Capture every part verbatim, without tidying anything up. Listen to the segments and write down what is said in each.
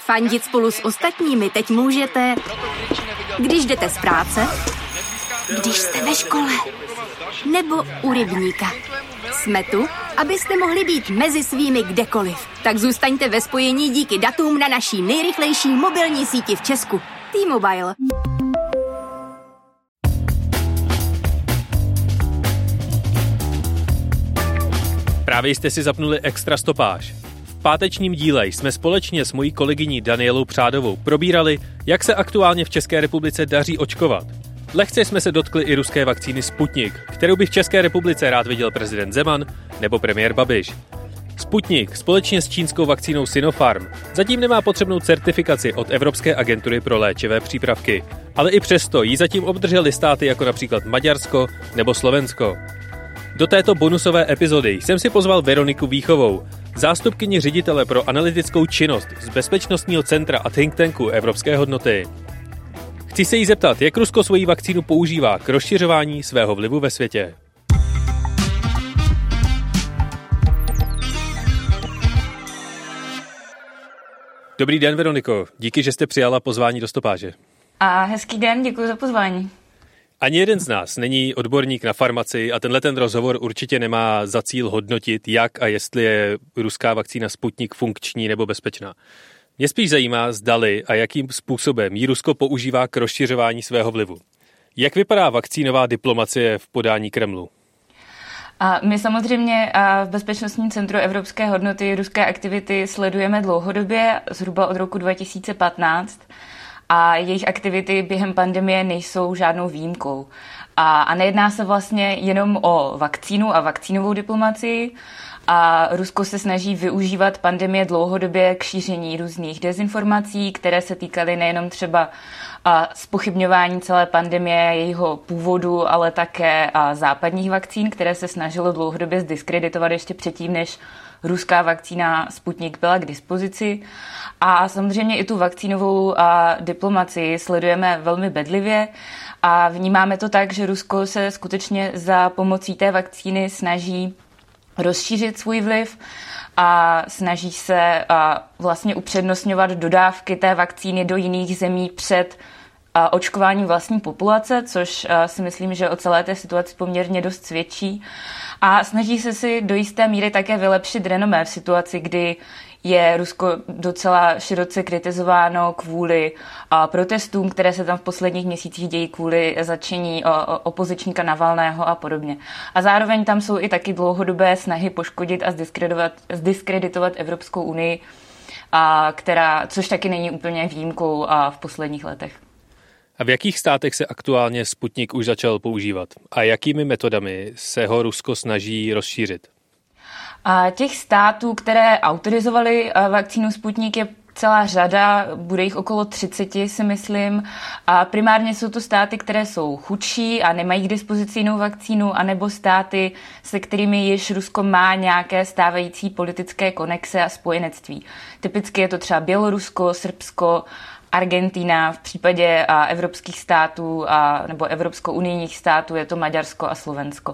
Fandit spolu s ostatními teď můžete, když jdete z práce, když jste ve škole, nebo u rybníka. Jsme tu, abyste mohli být mezi svými kdekoliv. Tak zůstaňte ve spojení díky datům na naší nejrychlejší mobilní síti v Česku. T-Mobile. Právě jste si zapnuli Extra stopáž. V pátečním díle jsme společně s mojí kolegyní Danielou Přádovou probírali, jak se aktuálně v České republice daří očkovat. Lehce jsme se dotkli i ruské vakcíny Sputnik, kterou by v České republice rád viděl prezident Zeman nebo premiér Babiš. Sputnik společně s čínskou vakcínou Sinopharm zatím nemá potřebnou certifikaci od Evropské agentury pro léčivé přípravky, ale i přesto ji zatím obdržely státy jako například Maďarsko nebo Slovensko. Do této bonusové epizody jsem si pozval Veroniku Víchovou, zástupkyni ředitele pro analytickou činnost z Bezpečnostního centra a think tanku Evropské hodnoty. Chci se jí zeptat, jak Rusko svoji vakcínu používá k rozšiřování svého vlivu ve světě. Dobrý den, Veroniko. Díky, že jste přijala pozvání do stopáže. A hezký den, děkuji za pozvání. Ani jeden z nás není odborník na farmacii a tenhle ten rozhovor určitě nemá za cíl hodnotit, jak a jestli je ruská vakcína Sputnik funkční nebo bezpečná. Mě spíš zajímá, zdali a jakým způsobem ji Rusko používá k rozšiřování svého vlivu. Jak vypadá vakcínová diplomacie v podání Kremlu? A my samozřejmě v Bezpečnostním centru Evropské hodnoty ruské aktivity sledujeme dlouhodobě, zhruba od roku dva tisíce patnáct. A jejich aktivity během pandemie nejsou žádnou výjimkou. A, a nejedná se vlastně jenom o vakcínu a vakcínovou diplomacii. A Rusko se snaží využívat pandemie dlouhodobě k šíření různých dezinformací, které se týkaly nejenom třeba zpochybňování celé pandemie, jejího původu, ale také západních vakcín, které se snažilo dlouhodobě zdiskreditovat ještě předtím, než ruská vakcína Sputnik byla k dispozici. A samozřejmě i tu vakcínovou diplomacii sledujeme velmi bedlivě a vnímáme to tak, že Rusko se skutečně za pomocí té vakcíny snaží rozšířit svůj vliv a snaží se vlastně upřednostňovat dodávky té vakcíny do jiných zemí před očkováním vlastní populace, což si myslím, že o celé té situaci poměrně dost svědčí. A snaží se si do jisté míry také vylepšit renomé v situaci, kdy je Rusko docela široce kritizováno kvůli protestům, které se tam v posledních měsících dějí kvůli zatčení opozičníka Navalného a podobně. A zároveň tam jsou i taky dlouhodobé snahy poškodit a zdiskreditovat, zdiskreditovat Evropskou unii, a která, což taky není úplně výjimkou a v posledních letech. A v jakých státech se aktuálně Sputnik už začal používat? A jakými metodami se ho Rusko snaží rozšířit? A těch států, které autorizovaly vakcínu Sputnik, je celá řada, bude jich okolo třicet, si myslím. A primárně jsou to státy, které jsou chudší a nemají k dispozici jinou vakcínu, anebo státy, se kterými již Rusko má nějaké stávající politické konexe a spojenectví. Typicky je to třeba Bělorusko, Srbsko, Argentina, v případě a, evropských států a, nebo evropsko-unijních států je to Maďarsko a Slovensko.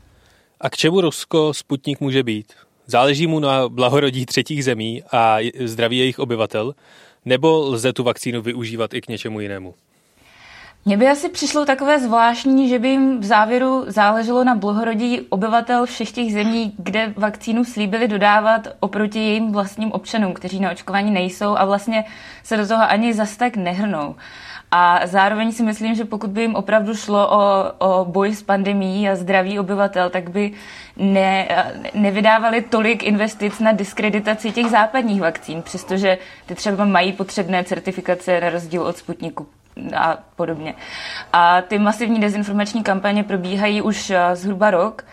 A k čemu Rusko Sputnik může být? Záleží mu na blahorodí třetích zemí a zdraví jejich obyvatel, nebo lze tu vakcínu využívat i k něčemu jinému? Mně by asi přišlo takové zvláštní, že by jim v závěru záleželo na blahorodí obyvatel všech těch zemí, kde vakcínu slíbili dodávat oproti jejím vlastním občanům, kteří na očkování nejsou a vlastně se do toho ani zas tak nehrnou. A zároveň si myslím, že pokud by jim opravdu šlo o, o boj s pandemií a zdraví obyvatel, tak by ne, nevydávali tolik investic na diskreditaci těch západních vakcín, přestože ty třeba mají potřebné certifikace na rozdíl od Sputniku a podobně. A ty masivní dezinformační kampaně probíhají už zhruba rok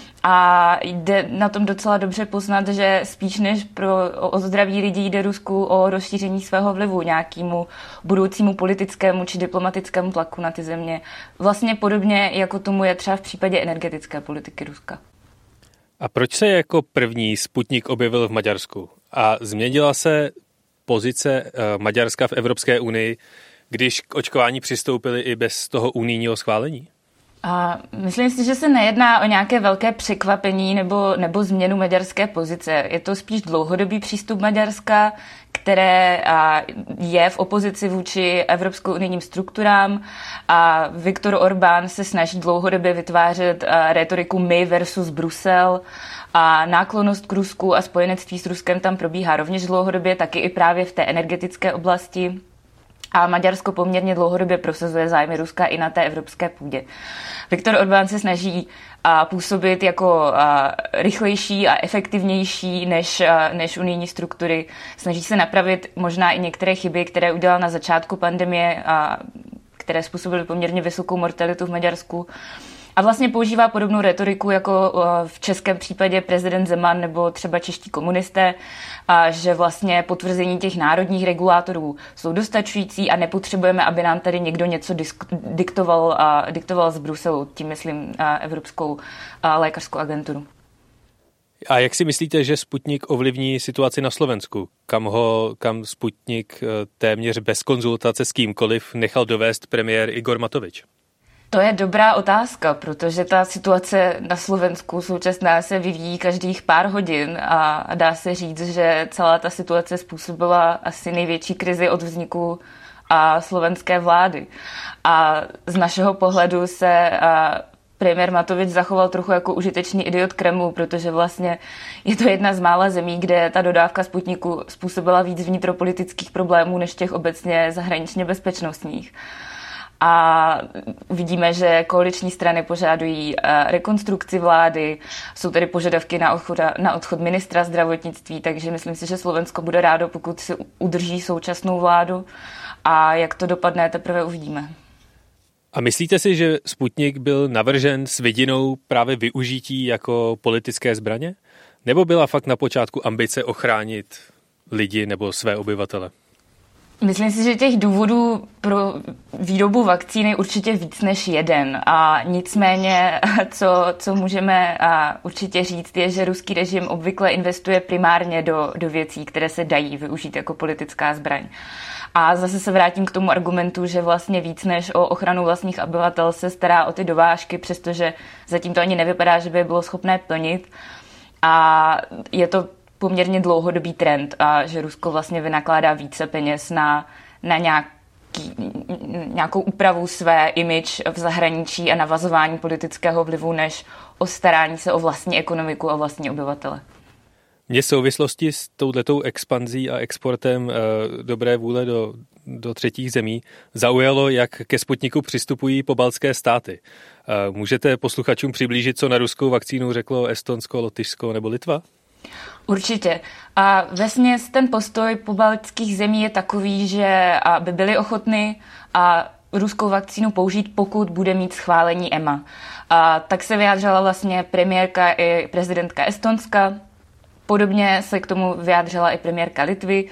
a jde na tom docela dobře poznat, že spíš než pro, o zdraví lidí jde Rusku o rozšíření svého vlivu, nějakému budoucímu politickému či diplomatickému tlaku na ty země. Vlastně podobně, jako tomu je třeba v případě energetické politiky Ruska. A proč se jako první Sputnik objevil v Maďarsku? A změnila se pozice Maďarska v Evropské unii, když k očkování přistoupili i bez toho unijního schválení? A myslím si, že se nejedná o nějaké velké překvapení nebo, nebo změnu maďarské pozice. Je to spíš dlouhodobý přístup Maďarska, které je v opozici vůči evropskou unijním strukturám, a Viktor Orbán se snaží dlouhodobě vytvářet rétoriku my versus Brusel, a náklonnost k Rusku a spojenectví s Ruskem tam probíhá rovněž dlouhodobě, taky i právě v té energetické oblasti. A Maďarsko poměrně dlouhodobě prosazuje zájmy Ruska i na té evropské půdě. Viktor Orbán se snaží a, působit jako a, rychlejší a efektivnější než, a, než unijní struktury. Snaží se napravit možná i některé chyby, které udělal na začátku pandemie, a, které způsobily poměrně vysokou mortalitu v Maďarsku. A vlastně používá podobnou retoriku jako v českém případě prezident Zeman nebo třeba čeští komunisté, a že vlastně potvrzení těch národních regulátorů jsou dostačující a nepotřebujeme, aby nám tady někdo něco disk- diktoval, a, diktoval z Bruselu, tím myslím a, Evropskou a, lékařskou agenturu. A jak si myslíte, že Sputnik ovlivní situaci na Slovensku? Kam ho, kam Sputnik téměř bez konzultace s kýmkoliv nechal dovést premiér Igor Matovič? To je dobrá otázka, protože ta situace na Slovensku současná se vyvíjí každých pár hodin a dá se říct, že celá ta situace způsobila asi největší krizi od vzniku a slovenské vlády. A z našeho pohledu se a premiér Matovič zachoval trochu jako užitečný idiot Kremlu, protože vlastně je to jedna z mála zemí, kde ta dodávka Sputniku způsobila víc vnitropolitických problémů než těch obecně zahraničně bezpečnostních. A vidíme, že koaliční strany požadují rekonstrukci vlády, jsou tady požadavky na odchod, na odchod ministra zdravotnictví, takže myslím si, že Slovensko bude rádo, pokud si udrží současnou vládu, a jak to dopadne, teprve uvidíme. A myslíte si, že Sputnik byl navržen s vidinou právě využití jako politické zbraně? Nebo byla fakt na počátku ambice ochránit lidi nebo své obyvatele? Myslím si, že těch důvodů pro výrobu vakcíny určitě víc než jeden. A nicméně, co, co můžeme určitě říct, je, že ruský režim obvykle investuje primárně do, do věcí, které se dají využít jako politická zbraň. A zase se vrátím k tomu argumentu, že vlastně víc než o ochranu vlastních obyvatel se stará o ty dovážky, přestože zatím to ani nevypadá, že by je bylo schopné plnit. A je to poměrně dlouhodobý trend, a že Rusko vlastně vynakládá více peněz na, na nějaký, nějakou úpravu své image v zahraničí a navazování politického vlivu, než o starání se o vlastní ekonomiku a vlastní obyvatele. Mě v souvislosti s touhletou expanzí a exportem e, dobré vůle do, do třetích zemí zaujalo, jak ke Sputniku přistupují pobaltské státy. E, můžete posluchačům přiblížit, co na ruskou vakcínu řeklo Estonsko, Lotyšsko nebo Litva? Určitě. A vesměs ten postoj pobaltských zemí je takový, že by byli ochotni a ruskou vakcínu použít, pokud bude mít schválení E M A. A tak se vyjádřila vlastně premiérka i prezidentka Estonska. Podobně se k tomu vyjádřila i premiérka Litvy.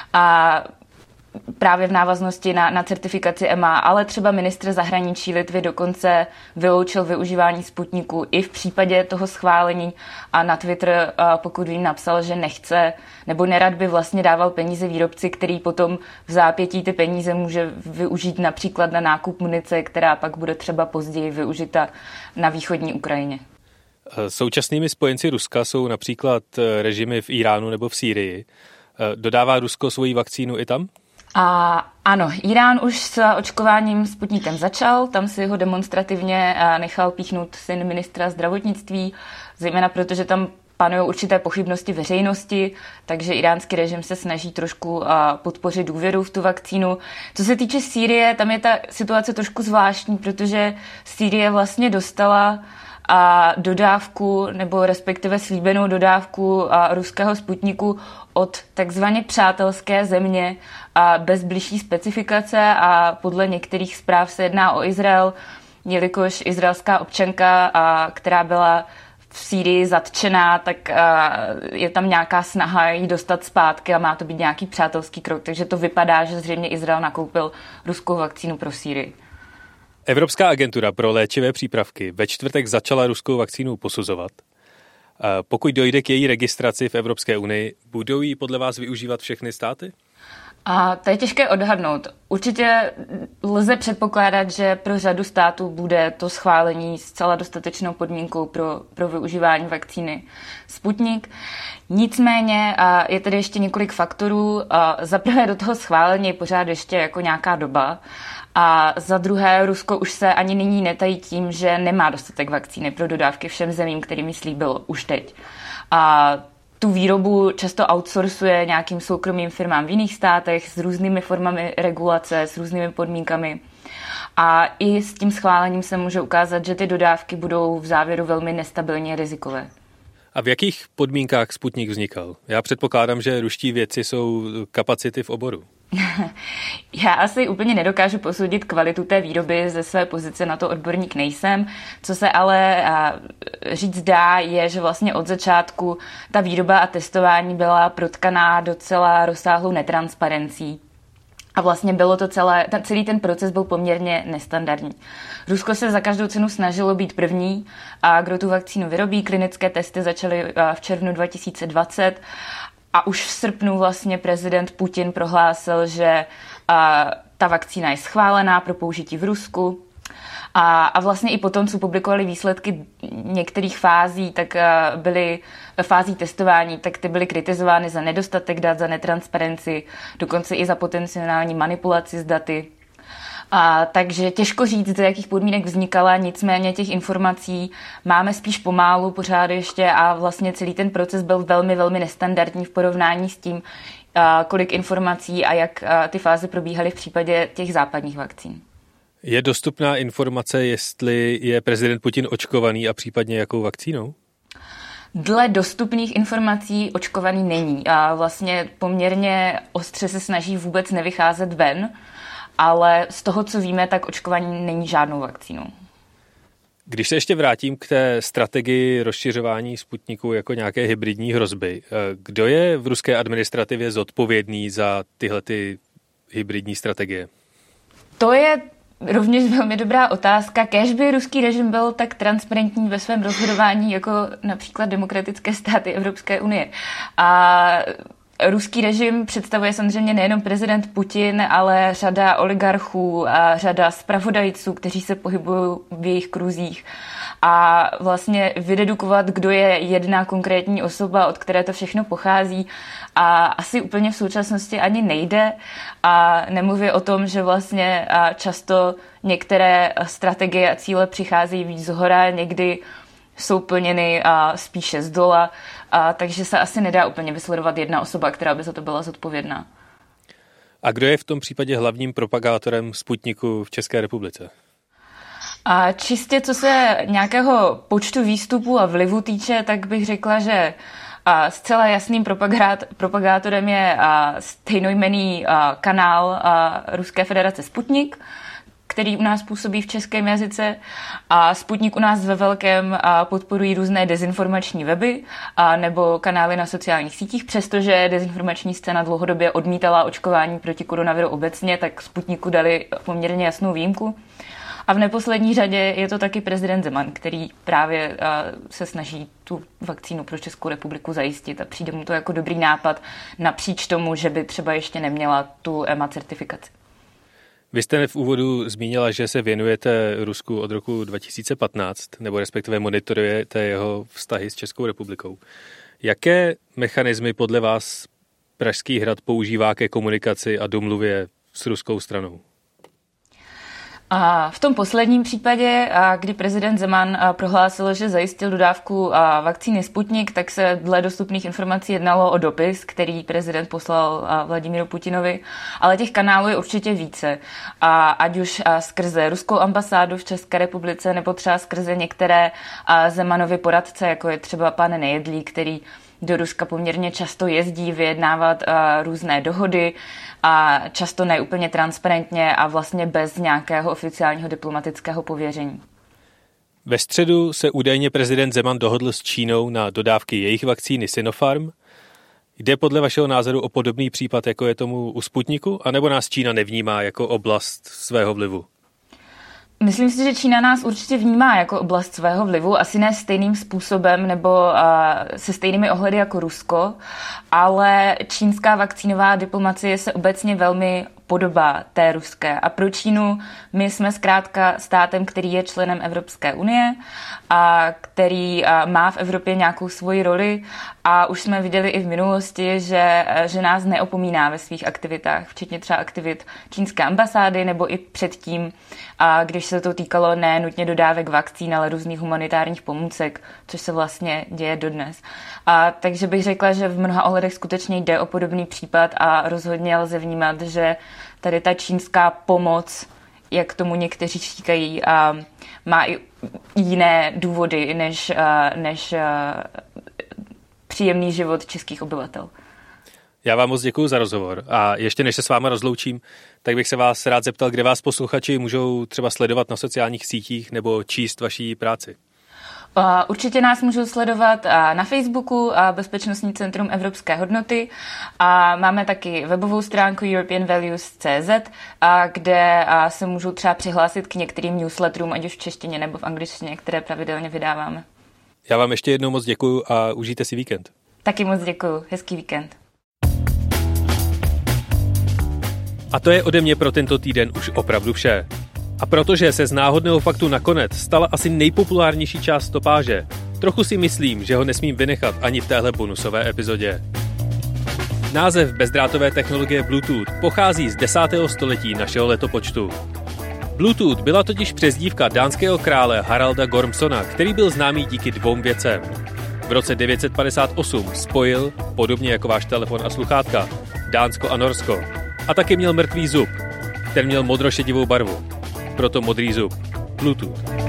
A právě v návaznosti na, na certifikaci E M A, ale třeba ministr zahraničí Litvy dokonce vyloučil využívání Sputniku i v případě toho schválení, a na Twitter, pokud vím, napsal, že nechce nebo nerad by vlastně dával peníze výrobci, který potom v zápětí ty peníze může využít například na nákup munice, která pak bude třeba později využita na východní Ukrajině. Současnými spojenci Ruska jsou například režimy v Iránu nebo v Sýrii. Dodává Rusko svoji vakcínu i tam? A ano, Irán už s očkováním Sputnikem začal, tam si ho demonstrativně nechal píchnout syn ministra zdravotnictví, zejména protože tam panují určité pochybnosti veřejnosti, takže iránský režim se snaží trošku podpořit důvěru v tu vakcínu. Co se týče Sýrie, tam je ta situace trošku zvláštní, protože Sýrie vlastně dostala a dodávku, nebo respektive slíbenou dodávku a ruského Sputniku od takzvaně přátelské země a bez bližší specifikace, a podle některých zpráv se jedná o Izrael, jelikož izraelská občanka, a, která byla v Sýrii zatčená, tak a, je tam nějaká snaha jí dostat zpátky a má to být nějaký přátelský krok, takže to vypadá, že zřejmě Izrael nakoupil ruskou vakcínu pro Sýrii. Evropská agentura pro léčivé přípravky ve čtvrtek začala ruskou vakcínu posuzovat. Pokud dojde k její registraci v Evropské unii, budou ji podle vás využívat všechny státy? A to je těžké odhadnout. Určitě lze předpokládat, že pro řadu států bude to schválení zcela dostatečnou podmínkou pro, pro využívání vakcíny Sputnik. Nicméně je tady ještě několik faktorů. Za prvé do toho schválení je pořád ještě jako nějaká doba. A za druhé, Rusko už se ani nyní netají tím, že nemá dostatek vakcíny pro dodávky všem zemím, kterým slíbilo už teď. A tu výrobu často outsourcuje nějakým soukromým firmám v jiných státech s různými formami regulace, s různými podmínkami. A i s tím schválením se může ukázat, že ty dodávky budou v závěru velmi nestabilně rizikové. A v jakých podmínkách Sputnik vznikal? Já předpokládám, že ruští vědci jsou kapacity v oboru. Já asi úplně nedokážu posoudit kvalitu té výroby, ze své pozice na to odborník nejsem. Co se ale říct dá, je, že vlastně od začátku ta výroba a testování byla protkaná docela rozsáhlou netransparencí. A vlastně bylo to celé, ten, celý ten proces byl poměrně nestandardní. Rusko se za každou cenu snažilo být první, a kdo tu vakcínu vyrobí. Klinické testy začaly v červnu dva tisíce dvacet a už v srpnu vlastně prezident Putin prohlásil, že a, ta vakcína je schválená pro použití v Rusku. A, a vlastně i potom, co publikovali výsledky některých fází, tak a, byly fází testování, tak ty byly kritizovány za nedostatek dat, za netransparenci, dokonce i za potenciální manipulaci s daty. A, takže těžko říct, za jakých podmínek vznikala, nicméně těch informací máme spíš pomálu pořád ještě a vlastně celý ten proces byl velmi, velmi nestandardní v porovnání s tím, a, kolik informací a jak a, ty fáze probíhaly v případě těch západních vakcín. Je dostupná informace, jestli je prezident Putin očkovaný a případně jakou vakcínou? Dle dostupných informací očkovaný není a vlastně poměrně ostře se snaží vůbec nevycházet ven, ale z toho, co víme, tak očkování není žádnou vakcínou. Když se ještě vrátím k té strategii rozšiřování Sputniku jako nějaké hybridní hrozby, kdo je v ruské administrativě zodpovědný za tyhle ty hybridní strategie? To je rovněž velmi dobrá otázka. Kéž by ruský režim byl tak transparentní ve svém rozhodování jako například demokratické státy Evropské unie. A ruský režim představuje samozřejmě nejenom prezident Putin, ale řada oligarchů a řada zpravodajců, kteří se pohybují v jejich kruzích. A vlastně vydedukovat, kdo je jedna konkrétní osoba, od které to všechno pochází, a asi úplně v současnosti ani nejde. A nemluvě o tom, že vlastně často některé strategie a cíle přicházejí víc zhora, někdy jsou plněny spíše z dola, a takže se asi nedá úplně vysledovat jedna osoba, která by za to byla zodpovědná. A kdo je v tom případě hlavním propagátorem Sputniku v České republice? A čistě co se nějakého počtu výstupů a vlivu týče, tak bych řekla, že zcela jasným propagátorem je stejnojmenný kanál Ruské federace Sputnik, který u nás působí v českém jazyce, a Sputnik u nás ve velkém podporují různé dezinformační weby a nebo kanály na sociálních sítích, přestože dezinformační scéna dlouhodobě odmítala očkování proti koronaviru obecně, tak Sputniku dali poměrně jasnou výjimku. A v neposlední řadě je to taky prezident Zeman, který právě se snaží tu vakcínu pro Českou republiku zajistit a přijde mu to jako dobrý nápad napříč tomu, že by třeba ještě neměla tu E M A certifikaci. Vy jste v úvodu zmínila, že se věnujete Rusku od roku dva tisíce patnáct, nebo respektive monitorujete jeho vztahy s Českou republikou. Jaké mechanismy podle vás Pražský hrad používá ke komunikaci a domluvě s ruskou stranou? A v tom posledním případě, kdy prezident Zeman prohlásil, že zajistil dodávku vakcíny Sputnik, tak se dle dostupných informací jednalo o dopis, který prezident poslal Vladimíru Putinovi, ale těch kanálů je určitě více. A ať už skrze ruskou ambasádu v České republice, nebo třeba skrze některé Zemanovy poradce, jako je třeba pan Nejedlý, který do Ruska poměrně často jezdí vyjednávat uh, různé dohody a často ne úplně transparentně a vlastně bez nějakého oficiálního diplomatického pověření. Ve středu se údajně prezident Zeman dohodl s Čínou na dodávky jejich vakcíny Sinopharm. Jde podle vašeho názoru o podobný případ, jako je tomu u Sputniku, anebo nás Čína nevnímá jako oblast svého vlivu? Myslím si, že Čína nás určitě vnímá jako oblast svého vlivu, asi ne stejným způsobem nebo uh, se stejnými ohledy jako Rusko, ale čínská vakcínová diplomacie se obecně velmi podobá té ruské. A pro Čínu my jsme zkrátka státem, který je členem Evropské unie a který a, má v Evropě nějakou svoji roli a už jsme viděli i v minulosti, že, že nás neopomíná ve svých aktivitách, včetně třeba aktivit čínské ambasády nebo i předtím, a když se to týkalo ne nutně dodávek vakcín, ale různých humanitárních pomůcek, což se vlastně děje dodnes. A takže bych řekla, že v mnoha ohledech skutečně jde o podobný případ a rozhodně lze vnímat, že tady ta čínská pomoc, jak tomu někteří říkají, má i jiné důvody než, než příjemný život českých obyvatel. Já vám moc děkuji za rozhovor a ještě než se s váma rozloučím, tak bych se vás rád zeptal, kde vás posluchači můžou třeba sledovat na sociálních sítích nebo číst vaší práci. Určitě nás můžou sledovat na Facebooku Bezpečnostní centrum Evropské hodnoty a máme taky webovou stránku European Values tečka cé zet, kde se můžou třeba přihlásit k některým newsletterům, ať už v češtině nebo v angličtině, které pravidelně vydáváme. Já vám ještě jednou moc děkuju a užijte si víkend. Taky moc děkuju. Hezký víkend. A to je ode mě pro tento týden už opravdu vše. A protože se z náhodného faktu nakonec stala asi nejpopulárnější část stopáže, trochu si myslím, že ho nesmím vynechat ani v téhle bonusové epizodě. Název bezdrátové technologie Bluetooth pochází z desátého století našeho letopočtu. Bluetooth byla totiž přezdívka dánského krále Haralda Gormsona, který byl známý díky dvou věcem. V roce devět set padesát osm spojil, podobně jako váš telefon a sluchátka, Dánsko a Norsko. A taky měl mrtvý zub, ten měl modrošedivou barvu. Proto modrý zub. Bluetooth.